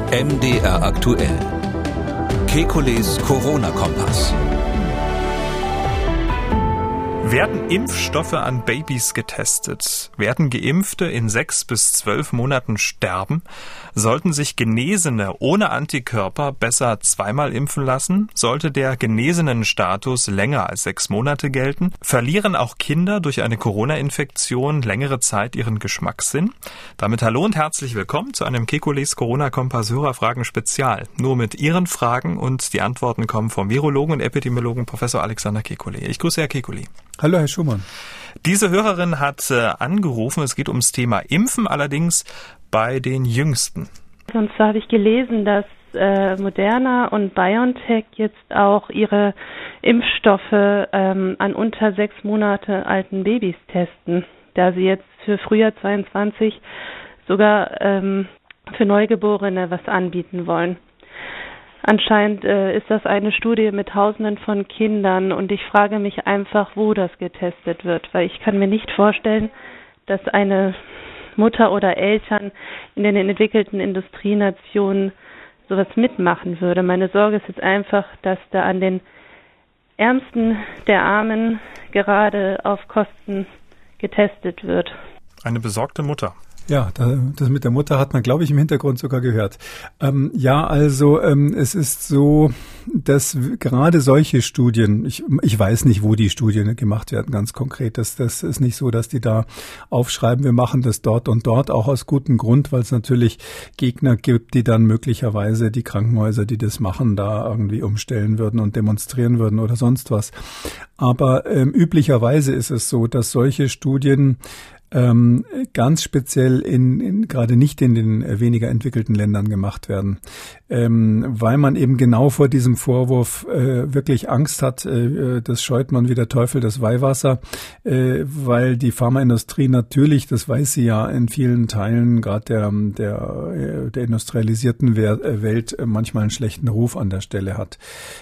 MDR aktuell. Kekules Corona-Kompass. Werden Impfstoffe an Babys getestet? Werden Geimpfte in 6 bis 12 Monaten sterben? Sollten sich Genesene ohne Antikörper besser zweimal impfen lassen? Sollte der Genesenenstatus länger als 6 Monate gelten? Verlieren auch Kinder durch eine Corona-Infektion längere Zeit ihren Geschmackssinn? Damit hallo und herzlich willkommen zu einem Kekules Corona-Kompass Hörerfragen Spezial. Nur mit Ihren Fragen und die Antworten kommen vom Virologen und Epidemiologen Professor Alexander Kekulé. Ich grüße Herr Kekulé. Hallo, Herr Schumann. Diese Hörerin hat angerufen, es geht ums Thema Impfen, allerdings bei den Jüngsten. Und zwar habe ich gelesen, dass Moderna und BioNTech jetzt auch ihre Impfstoffe an unter 6 Monate alten Babys testen, da sie jetzt für Frühjahr 22 sogar für Neugeborene was anbieten wollen. Anscheinend ist das eine Studie mit Tausenden von Kindern und ich frage mich einfach, wo das getestet wird, weil ich kann mir nicht vorstellen, dass eine Mutter oder Eltern in den entwickelten Industrienationen sowas mitmachen würde. Meine Sorge ist jetzt einfach, dass da an den Ärmsten der Armen gerade auf Kosten getestet wird. Eine besorgte Mutter. Ja, das mit der Mutter hat man, glaube ich, im Hintergrund sogar gehört. Es ist so, dass gerade solche Studien, ich weiß nicht, wo die Studien gemacht werden, ganz konkret. Das ist nicht so, dass die da aufschreiben, wir machen das dort und dort, auch aus gutem Grund, weil es natürlich Gegner gibt, die dann möglicherweise die Krankenhäuser, die das machen, da irgendwie umstellen würden und demonstrieren würden oder sonst was. Aber üblicherweise ist es so, dass solche Studien ganz speziell gerade nicht in den weniger entwickelten Ländern gemacht werden, weil man eben genau vor diesem Vorwurf wirklich Angst hat, das scheut man wie der Teufel das Weihwasser, weil die Pharmaindustrie natürlich, das weiß sie ja in vielen Teilen gerade der industrialisierten Welt manchmal einen schlechten Ruf an der Stelle hat.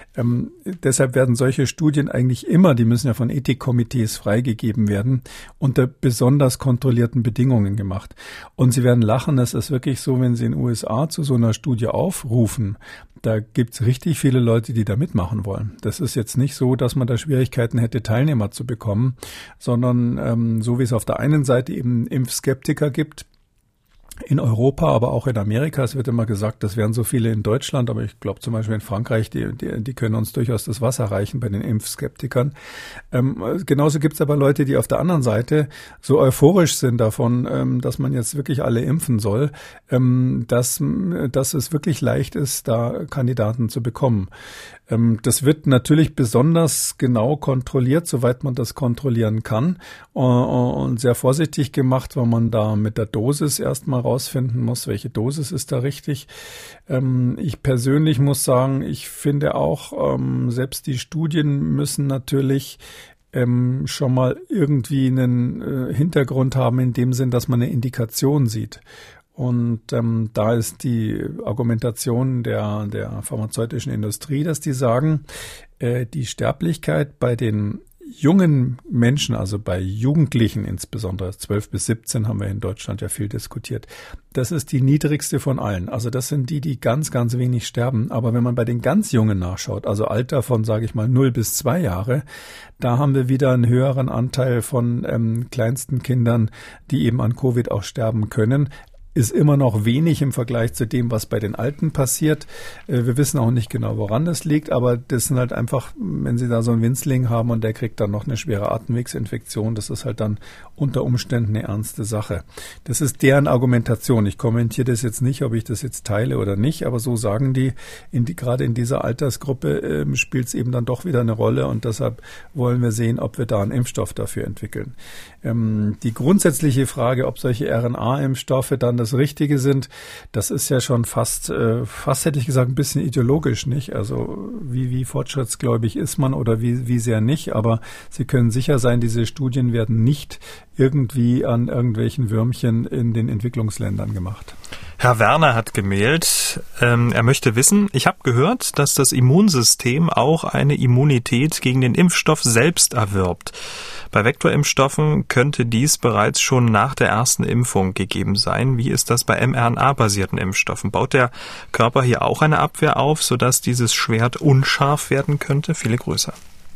Deshalb werden solche Studien eigentlich immer, die müssen ja von Ethikkomitees freigegeben werden, unter besonders kontrollierten Bedingungen gemacht. Und Sie werden lachen, das ist wirklich so, wenn Sie in den USA zu so einer Studie aufrufen, da gibt's richtig viele Leute, die da mitmachen wollen. Das ist jetzt nicht so, dass man da Schwierigkeiten hätte, Teilnehmer zu bekommen, sondern so wie es auf der einen Seite eben Impfskeptiker gibt, in Europa, aber auch in Amerika. Es wird immer gesagt, das wären so viele in Deutschland, aber ich glaube zum Beispiel in Frankreich, die können uns durchaus das Wasser reichen bei den Impfskeptikern. Genauso gibt es aber Leute, die auf der anderen Seite so euphorisch sind davon, dass man jetzt wirklich alle impfen soll, dass es wirklich leicht ist, da Kandidaten zu bekommen. Das wird natürlich besonders genau kontrolliert, soweit man das kontrollieren kann, und sehr vorsichtig gemacht, weil man da mit der Dosis erstmal rausfinden muss, welche Dosis ist da richtig. Ich persönlich muss sagen, ich finde auch, selbst die Studien müssen natürlich schon mal irgendwie einen Hintergrund haben, in dem Sinn, dass man eine Indikation sieht. Und da ist die Argumentation der pharmazeutischen Industrie, dass die sagen, die Sterblichkeit bei den jungen Menschen, also bei Jugendlichen insbesondere, 12 bis 17 haben wir in Deutschland ja viel diskutiert, das ist die niedrigste von allen. Also das sind die ganz, ganz wenig sterben. Aber wenn man bei den ganz Jungen nachschaut, also Alter von, sage ich mal, 0 bis 2 Jahre, da haben wir wieder einen höheren Anteil von kleinsten Kindern, die eben an Covid auch sterben können. Ist immer noch wenig im Vergleich zu dem, was bei den Alten passiert. Wir wissen auch nicht genau, woran das liegt, aber das sind halt einfach, wenn Sie da so einen Winzling haben und der kriegt dann noch eine schwere Atemwegsinfektion, das ist halt dann unter Umständen eine ernste Sache. Das ist deren Argumentation. Ich kommentiere das jetzt nicht, ob ich das jetzt teile oder nicht, aber so sagen die gerade in dieser Altersgruppe spielt es eben dann doch wieder eine Rolle und deshalb wollen wir sehen, ob wir da einen Impfstoff dafür entwickeln. Die grundsätzliche Frage, ob solche RNA-Impfstoffe dann das Richtige sind, das ist ja schon fast hätte ich gesagt, ein bisschen ideologisch, nicht? Also wie fortschrittsgläubig ist man oder wie sehr nicht, aber Sie können sicher sein, diese Studien werden nicht irgendwie an irgendwelchen Würmchen in den Entwicklungsländern gemacht. Herr Werner hat gemailt, er möchte wissen, ich habe gehört, dass das Immunsystem auch eine Immunität gegen den Impfstoff selbst erwirbt. Bei Vektorimpfstoffen könnte dies bereits schon nach der ersten Impfung gegeben sein. Wie ist das bei mRNA-basierten Impfstoffen? Baut der Körper hier auch eine Abwehr auf, sodass dieses Schwert unscharf werden könnte? Viele Grüße.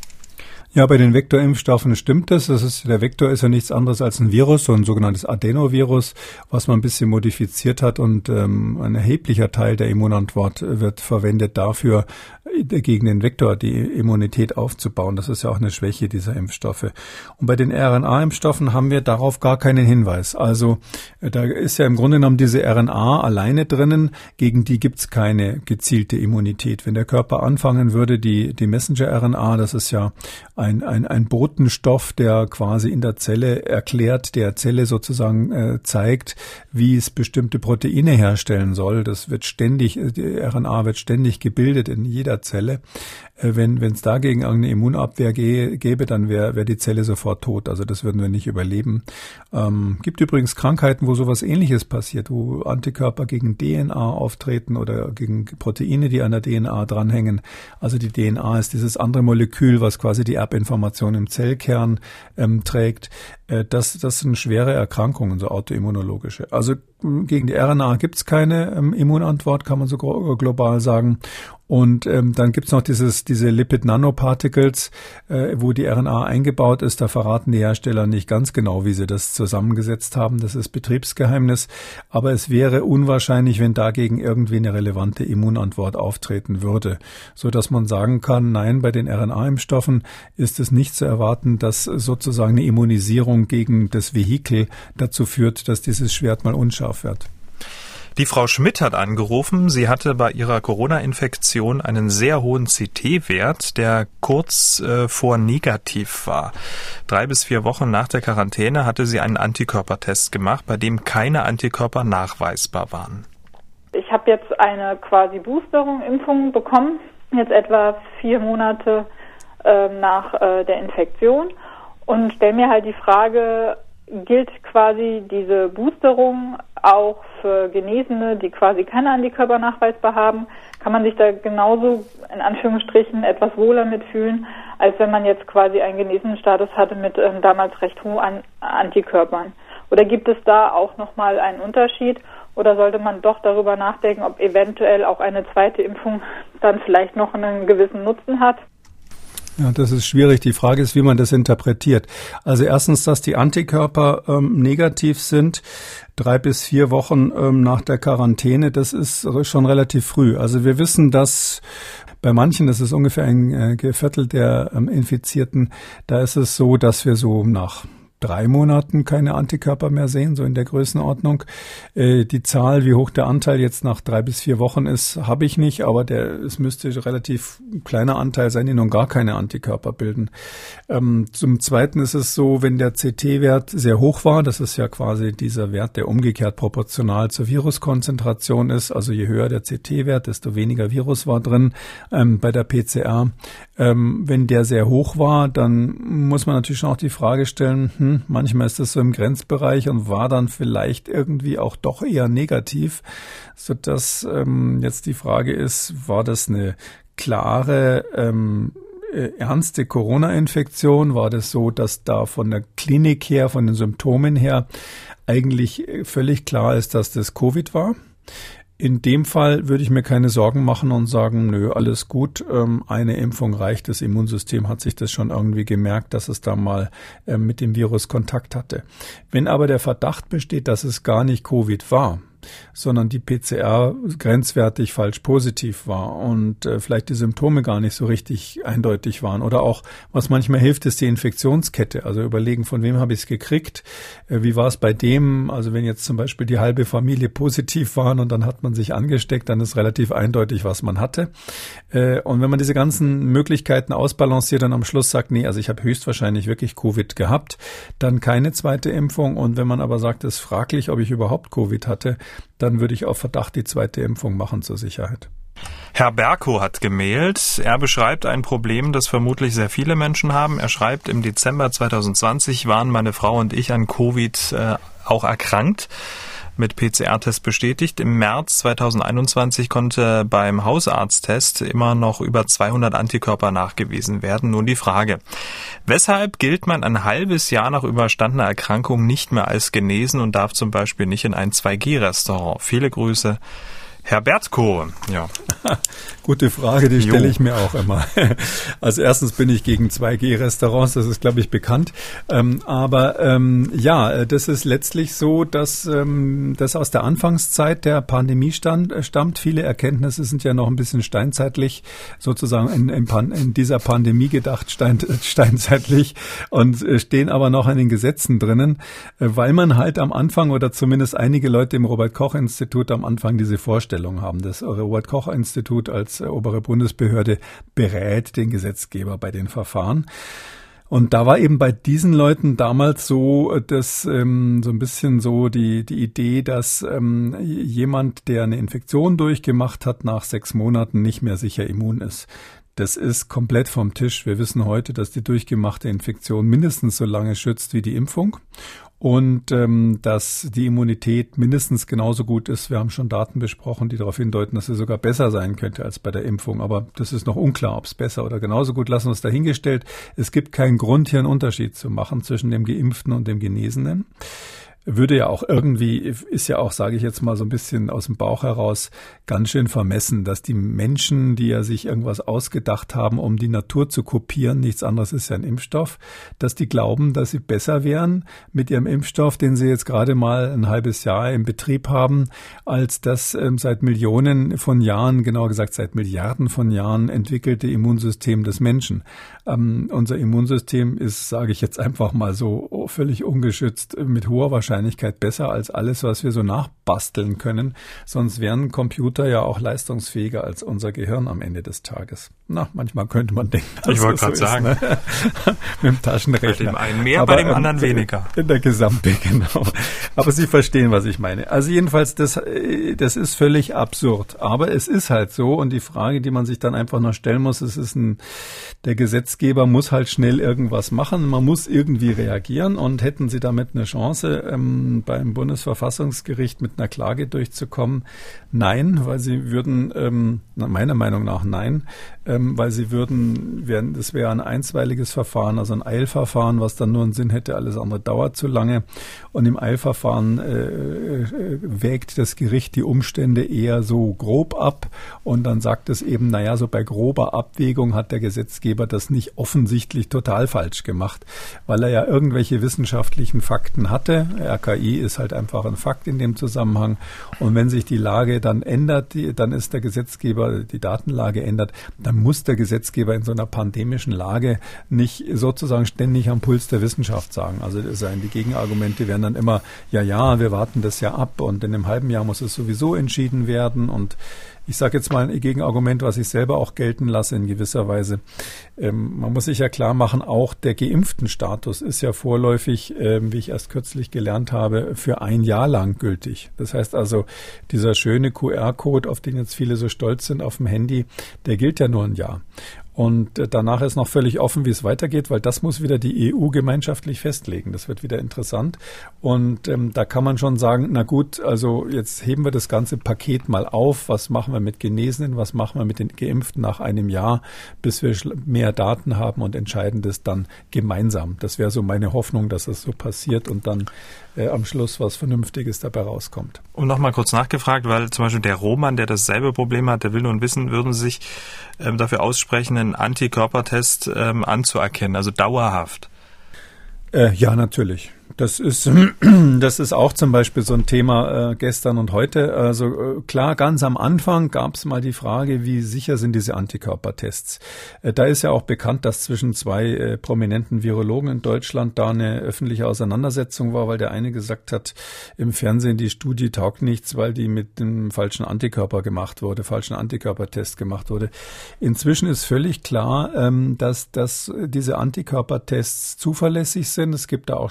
Ja, bei den Vektorimpfstoffen stimmt das. Der Vektor ist ja nichts anderes als ein Virus, so ein sogenanntes Adenovirus, was man ein bisschen modifiziert hat, und ein erheblicher Teil der Immunantwort wird verwendet dafür, gegen den Vektor die Immunität aufzubauen. Das ist ja auch eine Schwäche dieser Impfstoffe. Und bei den RNA-Impfstoffen haben wir darauf gar keinen Hinweis. Also da ist ja im Grunde genommen diese RNA alleine drinnen, gegen die gibt's keine gezielte Immunität. Wenn der Körper anfangen würde, die Messenger-RNA, das ist ja ein Botenstoff, der quasi in der Zelle erklärt, der Zelle sozusagen zeigt, wie es bestimmte Proteine herstellen soll. Das wird ständig, die RNA wird ständig gebildet in jeder Zelle. Wenn es dagegen eine Immunabwehr gäbe, dann wäre die Zelle sofort tot. Also das würden wir nicht überleben. Gibt übrigens Krankheiten, wo sowas Ähnliches passiert, wo Antikörper gegen DNA auftreten oder gegen Proteine, die an der DNA dranhängen. Also die DNA ist dieses andere Molekül, was quasi die Erbinformation im Zellkern trägt. Das sind schwere Erkrankungen, so autoimmunologische. Also gegen die RNA gibt's keine Immunantwort, kann man so global sagen. Und dann gibt's noch diese Lipid-Nanoparticles, wo die RNA eingebaut ist. Da verraten die Hersteller nicht ganz genau, wie sie das zusammengesetzt haben. Das ist Betriebsgeheimnis. Aber es wäre unwahrscheinlich, wenn dagegen irgendwie eine relevante Immunantwort auftreten würde, so dass man sagen kann, nein, bei den RNA-Impfstoffen ist es nicht zu erwarten, dass sozusagen eine Immunisierung gegen das Vehikel dazu führt, dass dieses Schwert mal unscharf wird. Die Frau Schmidt hat angerufen. Sie hatte bei ihrer Corona-Infektion einen sehr hohen CT-Wert, der kurz vor negativ war. 3 bis 4 Wochen nach der Quarantäne hatte sie einen Antikörpertest gemacht, bei dem keine Antikörper nachweisbar waren. Ich habe jetzt eine quasi Boosterung-Impfung bekommen, jetzt etwa 4 Monate nach der Infektion, und stelle mir halt die Frage, gilt quasi diese Boosterung auch für Genesene, die quasi keine Antikörper nachweisbar haben? Kann man sich da genauso in Anführungsstrichen etwas wohler mitfühlen, als wenn man jetzt quasi einen genesenen Status hatte mit damals recht hohen Antikörpern? Oder gibt es da auch nochmal einen Unterschied? Oder sollte man doch darüber nachdenken, ob eventuell auch eine zweite Impfung dann vielleicht noch einen gewissen Nutzen hat? Ja, das ist schwierig. Die Frage ist, wie man das interpretiert. Also erstens, dass die Antikörper negativ sind, 3 bis 4 Wochen nach der Quarantäne, das ist schon relativ früh. Also wir wissen, dass bei manchen, das ist ungefähr ein Viertel der Infizierten, da ist es so, dass wir so nach 3 Monaten keine Antikörper mehr sehen, so in der Größenordnung. Die Zahl, wie hoch der Anteil jetzt nach 3 bis 4 Wochen ist, habe ich nicht, aber es müsste relativ kleiner Anteil sein, die noch gar keine Antikörper bilden. Zum Zweiten ist es so, wenn der CT-Wert sehr hoch war, das ist ja quasi dieser Wert, der umgekehrt proportional zur Viruskonzentration ist, also je höher der CT-Wert, desto weniger Virus war drin bei der PCR. Wenn der sehr hoch war, dann muss man natürlich schon auch die Frage stellen, manchmal ist das so im Grenzbereich und war dann vielleicht irgendwie auch doch eher negativ, sodass jetzt die Frage ist, war das eine klare, ernste Corona-Infektion? War das so, dass da von der Klinik her, von den Symptomen her eigentlich völlig klar ist, dass das Covid war? In dem Fall würde ich mir keine Sorgen machen und sagen, nö, alles gut, eine Impfung reicht. Das Immunsystem hat sich das schon irgendwie gemerkt, dass es da mal mit dem Virus Kontakt hatte. Wenn aber der Verdacht besteht, dass es gar nicht Covid war, sondern die PCR grenzwertig falsch positiv war und vielleicht die Symptome gar nicht so richtig eindeutig waren. Oder auch, was manchmal hilft, ist die Infektionskette. Also überlegen, von wem habe ich es gekriegt, wie war es bei dem. Also wenn jetzt zum Beispiel die halbe Familie positiv waren und dann hat man sich angesteckt, dann ist relativ eindeutig, was man hatte. Und wenn man diese ganzen Möglichkeiten ausbalanciert und am Schluss sagt, nee, also ich habe höchstwahrscheinlich wirklich Covid gehabt, dann keine zweite Impfung. Und wenn man aber sagt, es ist fraglich, ob ich überhaupt Covid hatte, dann würde ich auf Verdacht die zweite Impfung machen zur Sicherheit. Herr Berko hat gemailt. Er beschreibt ein Problem, das vermutlich sehr viele Menschen haben. Er schreibt, im Dezember 2020 waren meine Frau und ich an Covid auch erkrankt. mit PCR-Test bestätigt. Im März 2021 konnte beim Hausarzttest immer noch über 200 Antikörper nachgewiesen werden. Nun die Frage: Weshalb gilt man ein halbes Jahr nach überstandener Erkrankung nicht mehr als genesen und darf zum Beispiel nicht in ein 2G-Restaurant? Viele Grüße, Herr Bertko. Ja. Gute Frage, die stelle ich mir auch immer. Also erstens bin ich gegen 2G-Restaurants, das ist, glaube ich, bekannt. Ja, das ist letztlich so, dass das aus der Anfangszeit der Pandemie stammt. Viele Erkenntnisse sind ja noch ein bisschen steinzeitlich, sozusagen in dieser Pandemie gedacht, steinzeitlich, und stehen aber noch in den Gesetzen drinnen, weil man halt am Anfang, oder zumindest einige Leute im Robert-Koch-Institut am Anfang diese Vorstellung haben. Das Robert-Koch-Institut als obere Bundesbehörde berät den Gesetzgeber bei den Verfahren. Und da war eben bei diesen Leuten damals so, dass so ein bisschen so die Idee, dass jemand, der eine Infektion durchgemacht hat, nach 6 Monaten nicht mehr sicher immun ist. Das ist komplett vom Tisch. Wir wissen heute, dass die durchgemachte Infektion mindestens so lange schützt wie die Impfung. Und dass die Immunität mindestens genauso gut ist. Wir haben schon Daten besprochen, die darauf hindeuten, dass sie sogar besser sein könnte als bei der Impfung. Aber das ist noch unklar, ob es besser oder genauso gut. Lassen wir es dahingestellt. Es gibt keinen Grund, hier einen Unterschied zu machen zwischen dem Geimpften und dem Genesenen. Würde ja auch irgendwie, ist ja auch, sage ich jetzt mal so ein bisschen aus dem Bauch heraus, ganz schön vermessen, dass die Menschen, die ja sich irgendwas ausgedacht haben, um die Natur zu kopieren, nichts anderes ist ja ein Impfstoff, dass die glauben, dass sie besser wären mit ihrem Impfstoff, den sie jetzt gerade mal ein halbes Jahr im Betrieb haben, als das seit Millionen von Jahren, genauer gesagt seit Milliarden von Jahren entwickelte Immunsystem des Menschen. Unser Immunsystem ist, sage ich jetzt einfach mal so, völlig ungeschützt, mit hoher Wahrscheinlichkeit besser als alles, was wir so nachbasteln können. Sonst wären Computer ja auch leistungsfähiger als unser Gehirn am Ende des Tages. Na, manchmal könnte man denken, dass ich wollte gerade so sagen, ist, ne? Mit dem Taschenrechner. Bei dem einen mehr, aber bei dem anderen weniger. In der Gesamtbild, genau. Aber Sie verstehen, was ich meine. Also jedenfalls, das ist völlig absurd. Aber es ist halt so, und die Frage, die man sich dann einfach noch stellen muss, der Gesetzgeber muss halt schnell irgendwas machen. Man muss irgendwie reagieren, und hätten Sie damit eine Chance, beim Bundesverfassungsgericht mit einer Klage durchzukommen? Nein, weil sie würden, meiner Meinung nach nein, weil sie das wäre ein einstweiliges Verfahren, also ein Eilverfahren, was dann nur einen Sinn hätte, alles andere dauert zu lange. Und im Eilverfahren wägt das Gericht die Umstände eher so grob ab, und dann sagt es eben, naja, so bei grober Abwägung hat der Gesetzgeber das nicht offensichtlich total falsch gemacht, weil er ja irgendwelche wissenschaftlichen Fakten hatte. RKI ist halt einfach ein Fakt in dem Zusammenhang. Und wenn sich die Lage dann ändert, dann ist der Gesetzgeber, die Datenlage ändert, dann muss der Gesetzgeber in so einer pandemischen Lage nicht sozusagen ständig am Puls der Wissenschaft sagen. Also die Gegenargumente wären dann immer, ja, wir warten das ja ab, und in einem halben Jahr muss es sowieso entschieden werden. Und ich sage jetzt mal ein Gegenargument, was ich selber auch gelten lasse in gewisser Weise. Man muss sich ja klar machen, auch der Geimpftenstatus ist ja vorläufig, wie ich erst kürzlich gelernt habe, für 1 Jahr lang gültig. Das heißt also, dieser schöne QR-Code, auf den jetzt viele so stolz sind auf dem Handy, der gilt ja nur 1 Jahr. Und danach ist noch völlig offen, wie es weitergeht, weil das muss wieder die EU gemeinschaftlich festlegen. Das wird wieder interessant. Und da kann man schon sagen, na gut, also jetzt heben wir das ganze Paket mal auf. Was machen wir mit Genesenen? Was machen wir mit den Geimpften nach 1 Jahr, bis wir mehr Daten haben, und entscheiden das dann gemeinsam. Das wäre so meine Hoffnung, dass das so passiert und dann am Schluss was Vernünftiges dabei rauskommt. Und nochmal kurz nachgefragt, weil zum Beispiel der Roman, der dasselbe Problem hat, der will nun wissen, würden Sie sich dafür aussprechen, einen Antikörpertest anzuerkennen, also dauerhaft? Ja, natürlich. Das ist auch zum Beispiel so ein Thema gestern und heute. Also klar, ganz am Anfang gab es mal die Frage, wie sicher sind diese Antikörpertests? Da ist ja auch bekannt, dass zwischen 2 prominenten Virologen in Deutschland da eine öffentliche Auseinandersetzung war, weil der eine gesagt hat, im Fernsehen, die Studie taugt nichts, weil die mit dem falschen falschen Antikörpertest gemacht wurde. Inzwischen ist völlig klar, dass diese Antikörpertests zuverlässig sind. Es gibt da auch schon 2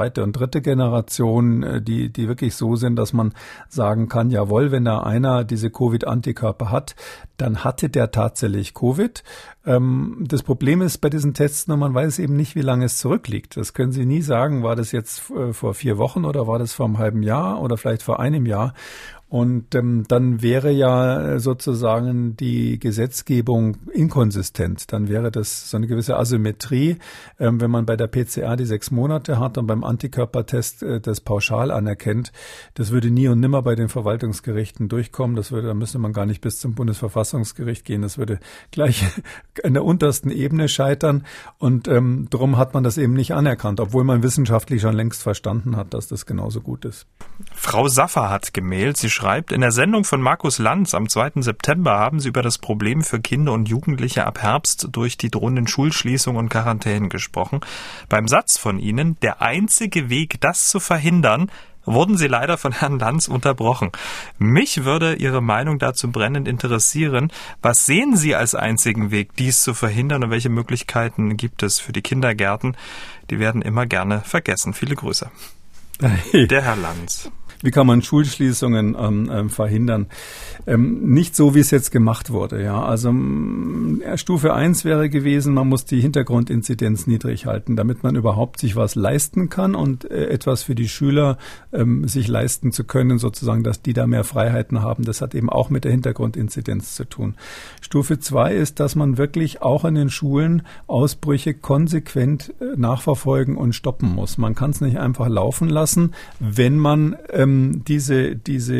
zweite und dritte Generation, die wirklich so sind, dass man sagen kann, jawohl, wenn da einer diese Covid-Antikörper hat, dann hatte der tatsächlich Covid. Das Problem ist bei diesen Tests, man weiß eben nicht, wie lange es zurückliegt. Das können Sie nie sagen, war das jetzt vor 4 Wochen oder war das vor einem halben Jahr oder vielleicht vor einem Jahr. Und dann wäre ja sozusagen die Gesetzgebung inkonsistent. Dann wäre das so eine gewisse Asymmetrie, wenn man bei der PCR die 6 Monate hat und beim Antikörpertest das pauschal anerkennt. Das würde nie und nimmer bei den Verwaltungsgerichten durchkommen. Da müsste man gar nicht bis zum Bundesverfassungsgericht gehen. Das würde gleich in der untersten Ebene scheitern. Und darum hat man das eben nicht anerkannt, obwohl man wissenschaftlich schon längst verstanden hat, dass das genauso gut ist. Frau Saffer hat gemailt. Sie schreibt, in der Sendung von Markus Lanz am 2. September haben Sie über das Problem für Kinder und Jugendliche ab Herbst durch die drohenden Schulschließungen und Quarantänen gesprochen. Beim Satz von Ihnen, der einzige Weg, das zu verhindern, wurden Sie leider von Herrn Lanz unterbrochen. Mich würde Ihre Meinung dazu brennend interessieren. Was sehen Sie als einzigen Weg, dies zu verhindern und welche Möglichkeiten gibt es für die Kindergärten? Die werden immer gerne vergessen. Viele Grüße. Der Herr Lanz. Wie kann man Schulschließungen verhindern? Nicht so, wie es jetzt gemacht wurde. Ja, also Stufe 1 wäre gewesen, man muss die Hintergrundinzidenz niedrig halten, damit man überhaupt sich was leisten kann und etwas für die Schüler sich leisten zu können, sozusagen, dass die da mehr Freiheiten haben. Das hat eben auch mit der Hintergrundinzidenz zu tun. Stufe 2 ist, dass man wirklich auch in den Schulen Ausbrüche konsequent nachverfolgen und stoppen muss. Man kann es nicht einfach laufen lassen, wenn man diese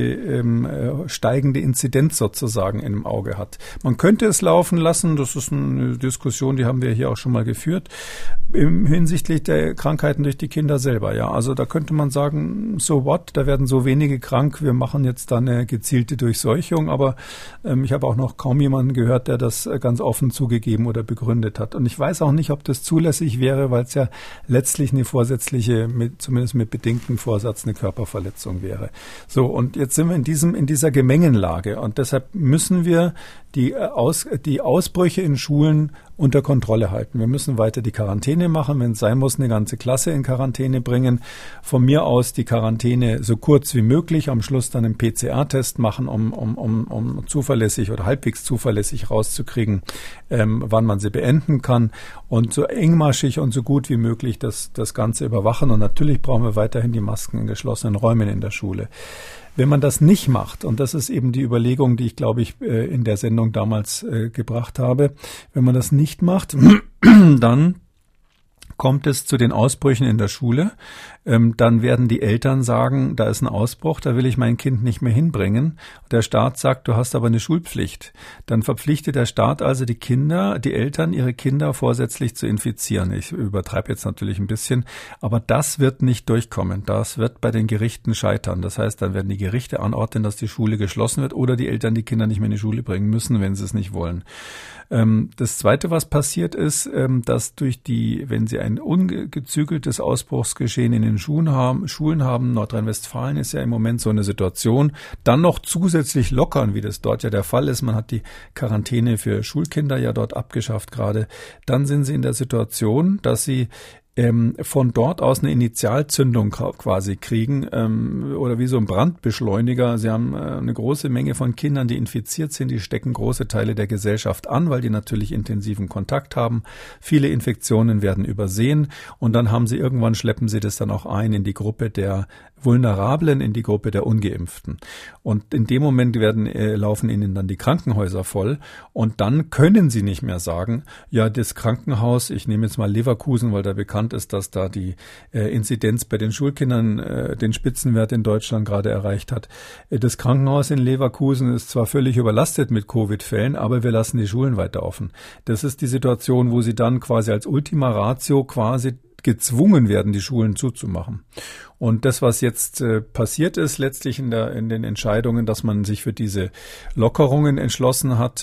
steigende Inzidenz sozusagen im Auge hat. Man könnte es laufen lassen, das ist eine Diskussion, die haben wir hier auch schon mal geführt, hinsichtlich der Krankheiten durch die Kinder selber. Ja, also da könnte man sagen, so what, da werden so wenige krank, wir machen jetzt da eine gezielte Durchseuchung, aber ich habe auch noch kaum jemanden gehört, der das ganz offen zugegeben oder begründet hat. Und ich weiß auch nicht, ob das zulässig wäre, weil es ja letztlich eine vorsätzliche, zumindest mit bedingtem Vorsatz, eine Körperverletzung wäre. So, und jetzt sind wir in dieser Gemengenlage und deshalb müssen wir die Ausbrüche in Schulen unter Kontrolle halten. Wir müssen weiter die Quarantäne machen, wenn es sein muss, eine ganze Klasse in Quarantäne bringen. Von mir aus die Quarantäne so kurz wie möglich, am Schluss dann einen PCR-Test machen, um zuverlässig oder halbwegs zuverlässig rauszukriegen, wann man sie beenden kann und so engmaschig und so gut wie möglich das Ganze überwachen. Und natürlich brauchen wir weiterhin die Masken in geschlossenen Räumen in der Schule. Wenn man das nicht macht, und das ist eben die Überlegung, die ich, glaube ich, in der Sendung damals gebracht habe, wenn man das nicht macht, dann kommt es zu den Ausbrüchen in der Schule. Dann werden die Eltern sagen, da ist ein Ausbruch, da will ich mein Kind nicht mehr hinbringen. Der Staat sagt, du hast aber eine Schulpflicht. Dann verpflichtet der Staat also die Eltern, ihre Kinder vorsätzlich zu infizieren. Ich übertreibe jetzt natürlich ein bisschen, aber das wird nicht durchkommen. Das wird bei den Gerichten scheitern. Das heißt, dann werden die Gerichte anordnen, dass die Schule geschlossen wird oder die Eltern die Kinder nicht mehr in die Schule bringen müssen, wenn sie es nicht wollen. Das Zweite, was passiert ist, dass wenn Sie ein ungezügeltes Ausbruchsgeschehen in den Schulen haben, Nordrhein-Westfalen ist ja im Moment so eine Situation, dann noch zusätzlich lockern, wie das dort ja der Fall ist, man hat die Quarantäne für Schulkinder ja dort abgeschafft gerade, dann sind Sie in der Situation, dass Sie von dort aus eine Initialzündung quasi kriegen oder wie so ein Brandbeschleuniger. Sie haben eine große Menge von Kindern, die infiziert sind, die stecken große Teile der Gesellschaft an, weil die natürlich intensiven Kontakt haben. Viele Infektionen werden übersehen und dann schleppen sie das dann auch ein in die Gruppe der Vulnerablen, in die Gruppe der Ungeimpften. Und in dem Moment laufen ihnen dann die Krankenhäuser voll und dann können sie nicht mehr sagen, ja, das Krankenhaus, ich nehme jetzt mal Leverkusen, weil da bekannt ist, dass da die Inzidenz bei den Schulkindern den Spitzenwert in Deutschland gerade erreicht hat. Das Krankenhaus in Leverkusen ist zwar völlig überlastet mit Covid-Fällen, aber wir lassen die Schulen weiter offen. Das ist die Situation, wo sie dann quasi als Ultima Ratio quasi gezwungen werden, die Schulen zuzumachen. Und das, was jetzt passiert ist, letztlich in den Entscheidungen, dass man sich für diese Lockerungen entschlossen hat,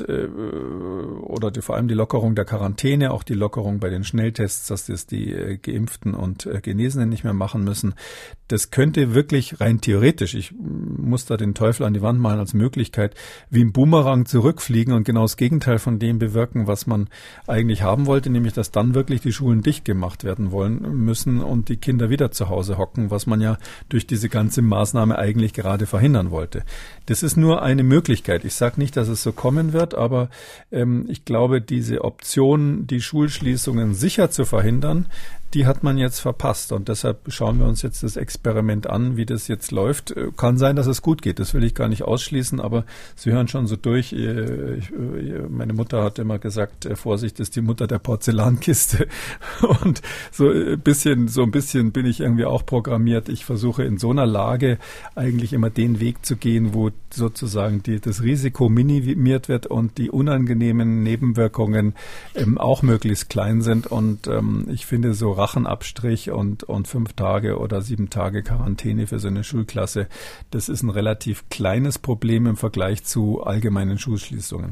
oder vor allem die Lockerung der Quarantäne, auch die Lockerung bei den Schnelltests, dass das die Geimpften und Genesenen nicht mehr machen müssen, das könnte wirklich rein theoretisch, ich muss da den Teufel an die Wand malen, als Möglichkeit, wie ein Boomerang zurückfliegen und genau das Gegenteil von dem bewirken, was man eigentlich haben wollte, nämlich dass dann wirklich die Schulen dicht gemacht werden müssen und die Kinder wieder zu Hause hocken, was man ja durch diese ganze Maßnahme eigentlich gerade verhindern wollte. Das ist nur eine Möglichkeit. Ich sage nicht, dass es so kommen wird, aber ich glaube, diese Option, die Schulschließungen sicher zu verhindern, die hat man jetzt verpasst. Und deshalb schauen wir uns jetzt das Experiment an, wie das jetzt läuft. Kann sein, dass es gut geht. Das will ich gar nicht ausschließen, aber Sie hören schon so durch. Meine Mutter hat immer gesagt, Vorsicht ist die Mutter der Porzellankiste. Und so ein bisschen bin ich irgendwie auch programmiert. Ich versuche in so einer Lage eigentlich immer den Weg zu gehen, wo sozusagen das Risiko minimiert wird und die unangenehmen Nebenwirkungen auch möglichst klein sind. Und ich finde so Rachenabstrich und 5 Tage oder 7 Tage Quarantäne für so eine Schulklasse, das ist ein relativ kleines Problem im Vergleich zu allgemeinen Schulschließungen.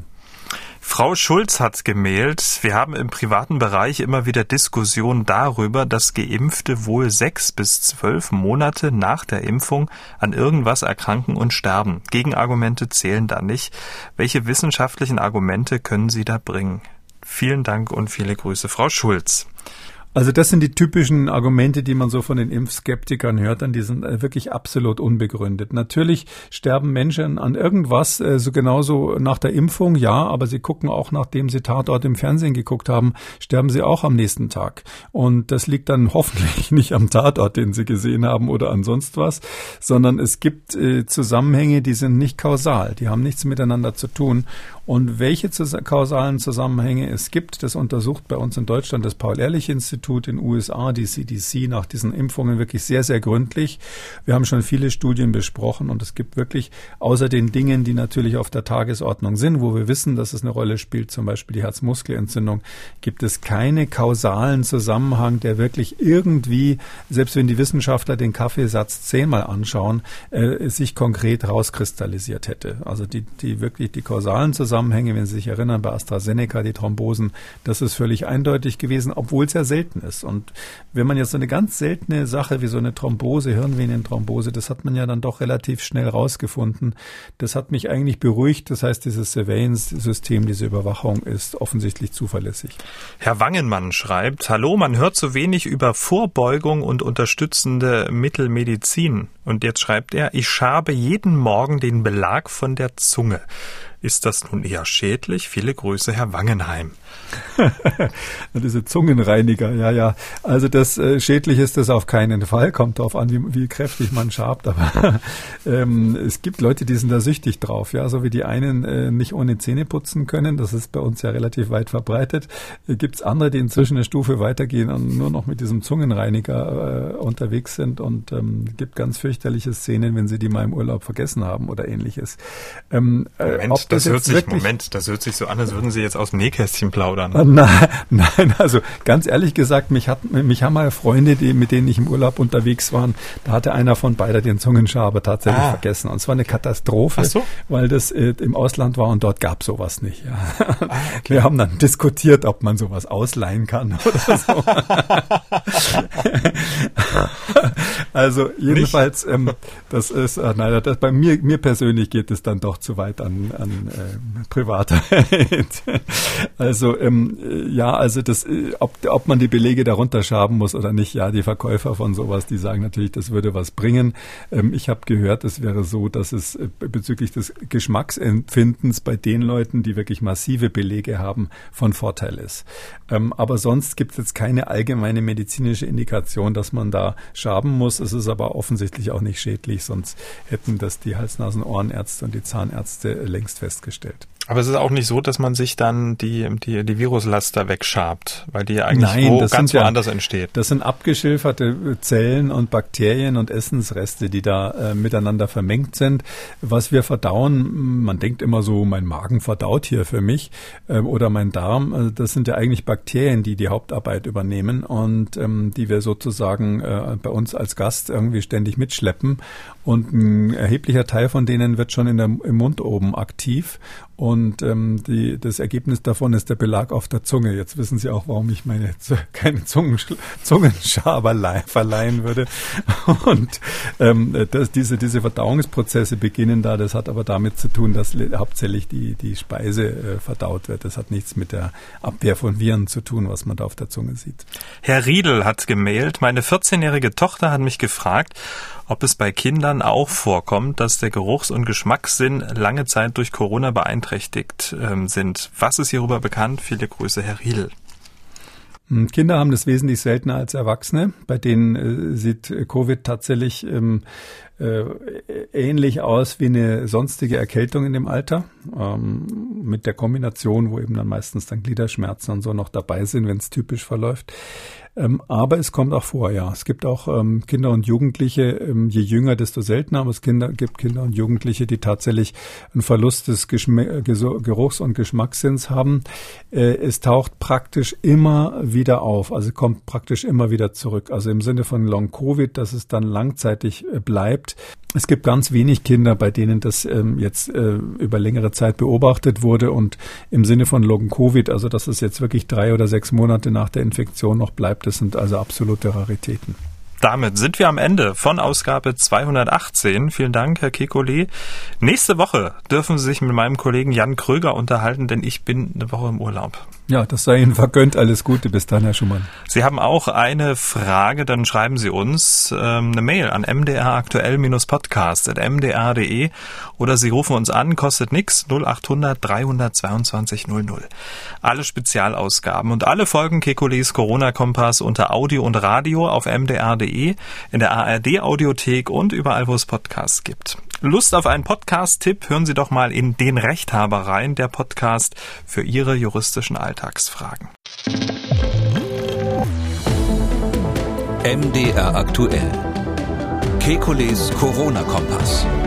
Frau Schulz hat gemailt, wir haben im privaten Bereich immer wieder Diskussionen darüber, dass Geimpfte wohl 6 bis 12 Monate nach der Impfung an irgendwas erkranken und sterben. Gegenargumente zählen da nicht. Welche wissenschaftlichen Argumente können Sie da bringen? Vielen Dank und viele Grüße, Frau Schulz. Also das sind die typischen Argumente, die man so von den Impfskeptikern hört, die sind wirklich absolut unbegründet. Natürlich sterben Menschen an irgendwas, so genauso nach der Impfung, ja, aber sie gucken auch, nachdem sie Tatort im Fernsehen geguckt haben, sterben sie auch am nächsten Tag. Und das liegt dann hoffentlich nicht am Tatort, den sie gesehen haben oder an sonst was, sondern es gibt Zusammenhänge, die sind nicht kausal, die haben nichts miteinander zu tun. Und welche kausalen Zusammenhänge es gibt, das untersucht bei uns in Deutschland das Paul-Ehrlich-Institut, in den USA, die CDC, nach diesen Impfungen wirklich sehr, sehr gründlich. Wir haben schon viele Studien besprochen und es gibt wirklich außer den Dingen, die natürlich auf der Tagesordnung sind, wo wir wissen, dass es eine Rolle spielt, zum Beispiel die Herzmuskelentzündung, gibt es keine kausalen Zusammenhang, der wirklich irgendwie, selbst wenn die Wissenschaftler den Kaffeesatz 10-mal anschauen, sich konkret rauskristallisiert hätte. Also die kausalen Zusammenhänge, wenn Sie sich erinnern, bei AstraZeneca, die Thrombosen, das ist völlig eindeutig gewesen, obwohl es ja selten ist. Und wenn man jetzt so eine ganz seltene Sache wie so eine Thrombose, Hirnvenenthrombose, das hat man ja dann doch relativ schnell rausgefunden. Das hat mich eigentlich beruhigt. Das heißt, dieses Surveillance-System, diese Überwachung ist offensichtlich zuverlässig. Herr Wangenmann schreibt, hallo, man hört so wenig über Vorbeugung und unterstützende Mittelmedizin. Und jetzt schreibt er, ich schabe jeden Morgen den Belag von der Zunge. Ist das nun eher schädlich? Viele Grüße, Herr Wangenheim. Diese Zungenreiniger, ja. Also das schädlich ist das auf keinen Fall. Kommt darauf an, wie kräftig man schabt. Aber es gibt Leute, die sind da süchtig drauf. Ja, so wie die einen nicht ohne Zähne putzen können. Das ist bei uns ja relativ weit verbreitet. Gibt es andere, die inzwischen eine Stufe weitergehen und nur noch mit diesem Zungenreiniger unterwegs sind. Und gibt ganz fürchterliche Szenen, wenn sie die mal im Urlaub vergessen haben oder Ähnliches. Das hört sich so an, als würden Sie jetzt aus dem Nähkästchen plaudern. Nein, also ganz ehrlich gesagt, mich haben mal Freunde, mit denen ich im Urlaub unterwegs war, da hatte einer von beiden den Zungenschaber tatsächlich vergessen. Und es war eine Katastrophe, weil das im Ausland war und dort gab sowas nicht. Ja. Okay. Wir haben dann diskutiert, ob man sowas ausleihen kann oder so. Also jedenfalls, das ist, bei mir persönlich geht es dann doch zu weit an Privatheit. Also ob man die Belege darunter schaben muss oder nicht, ja, die Verkäufer von sowas, die sagen natürlich, das würde was bringen. Ich habe gehört, es wäre so, dass es bezüglich des Geschmacksempfindens bei den Leuten, die wirklich massive Belege haben, von Vorteil ist. Aber sonst gibt es jetzt keine allgemeine medizinische Indikation, dass man da schaben muss. Es ist aber offensichtlich auch nicht schädlich, sonst hätten das die Hals-Nasen-Ohrenärzte und die Zahnärzte längst festgestellt. Aber es ist auch nicht so, dass man sich dann die Viruslaster wegschabt, weil die ja eigentlich ganz woanders entsteht. Das sind abgeschilferte Zellen und Bakterien und Essensreste, die da miteinander vermengt sind. Was wir verdauen, man denkt immer so, mein Magen verdaut hier für mich oder mein Darm, das sind ja eigentlich Bakterien, die Hauptarbeit übernehmen und die wir sozusagen bei uns als Gast irgendwie ständig mitschleppen. Und ein erheblicher Teil von denen wird schon im Mund oben aktiv. Und das Ergebnis davon ist der Belag auf der Zunge. Jetzt wissen Sie auch, warum ich keine Zungenschaber verleihen würde. Und diese Verdauungsprozesse beginnen da. Das hat aber damit zu tun, dass hauptsächlich die Speise verdaut wird. Das hat nichts mit der Abwehr von Viren zu tun, was man da auf der Zunge sieht. Herr Riedel hat gemailt, meine 14-jährige Tochter hat mich gefragt, ob es bei Kindern auch vorkommt, dass der Geruchs- und Geschmackssinn lange Zeit durch Corona beeinträchtigt sind. Was ist hierüber bekannt? Viele Grüße, Herr Riedel. Kinder haben das wesentlich seltener als Erwachsene. Bei denen sieht Covid tatsächlich ähnlich aus wie eine sonstige Erkältung in dem Alter, mit der Kombination, wo eben dann meistens dann Gliederschmerzen und so noch dabei sind, wenn es typisch verläuft. Aber es kommt auch vor, ja. Es gibt auch Kinder und Jugendliche, je jünger, desto seltener, aber es gibt Kinder und Jugendliche, die tatsächlich einen Verlust des Geruchs- und Geschmackssinns haben. Es taucht praktisch immer wieder auf, also kommt praktisch immer wieder zurück. Also im Sinne von Long-Covid, dass es dann langzeitig bleibt. Es gibt ganz wenig Kinder, bei denen das jetzt über längere Zeit beobachtet wurde und im Sinne von Long-Covid, also dass es jetzt wirklich 3 oder 6 Monate nach der Infektion noch bleibt, das sind also absolute Raritäten. Damit sind wir am Ende von Ausgabe 218. Vielen Dank, Herr Kekulé. Nächste Woche dürfen Sie sich mit meinem Kollegen Jan Kröger unterhalten, denn ich bin eine Woche im Urlaub. Ja, das sei Ihnen vergönnt. Alles Gute. Bis dann, Herr Schumann. Sie haben auch eine Frage, dann schreiben Sie uns eine Mail an mdraktuell-podcast@mdr.de oder Sie rufen uns an, kostet nix, 0800 322 00. Alle Spezialausgaben und alle Folgen Kekulés Corona-Kompass unter Audio und Radio auf mdr.de, in der ARD-Audiothek und überall, wo es Podcasts gibt. Lust auf einen Podcast-Tipp? Hören Sie doch mal in Den Rechthaber rein, der Podcast für Ihre juristischen Alltagsfragen. MDR aktuell. Kekulés Corona-Kompass.